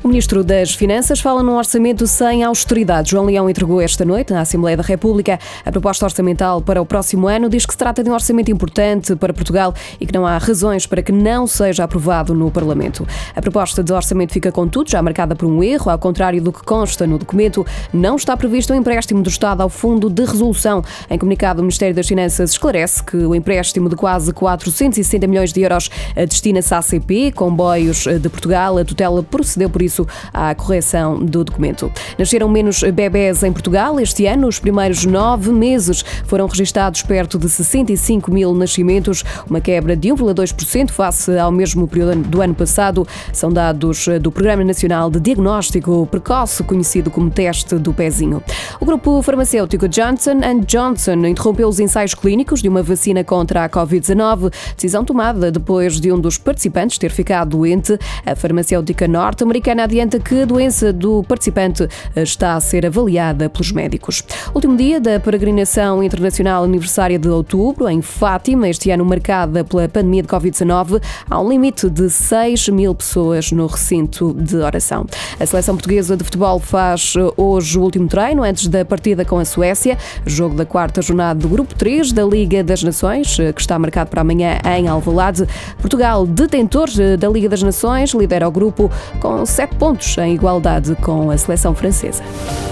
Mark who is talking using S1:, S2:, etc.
S1: O Ministro das Finanças fala num orçamento sem austeridade. João Leão entregou esta noite, na Assembleia da República, a proposta orçamental para o próximo ano. Diz que se trata de um orçamento importante para Portugal e que não há razões para que não seja aprovado no Parlamento. A proposta de orçamento fica, contudo, já marcada por um erro. Ao contrário do que consta no documento, não está previsto um empréstimo do Estado ao Fundo de Resolução. Em comunicado, o Ministério das Finanças esclarece que o empréstimo de quase 460 milhões de euros destina-se à ACP, Comboios de Portugal. A tutela procedeu, por isso, à correção do documento. Nasceram menos bebés em Portugal este ano. Os primeiros 9 meses foram registados perto de 65 mil nascimentos, uma quebra de 1,2% face ao mesmo período do ano passado. São dados do Programa Nacional de Diagnóstico Precoce, conhecido como teste do pezinho. O grupo farmacêutico Johnson & Johnson interrompeu os ensaios clínicos de uma vacina contra a Covid-19, decisão tomada depois de um dos participantes ter ficado doente. A farmacêutica norte-americana adianta que a doença do participante está a ser avaliada pelos médicos. Último dia da peregrinação internacional aniversária de outubro, em Fátima, este ano marcada pela pandemia de Covid-19, há um limite de 6 mil pessoas no recinto de oração. A seleção portuguesa de futebol faz hoje o último treino antes da partida com a Suécia, jogo da quarta jornada do Grupo 3 da Liga das Nações, que está marcado para amanhã em Alvalade. Portugal, detentor da Liga das Nações, lidera o grupo com 7 pontos em igualdade com a seleção francesa.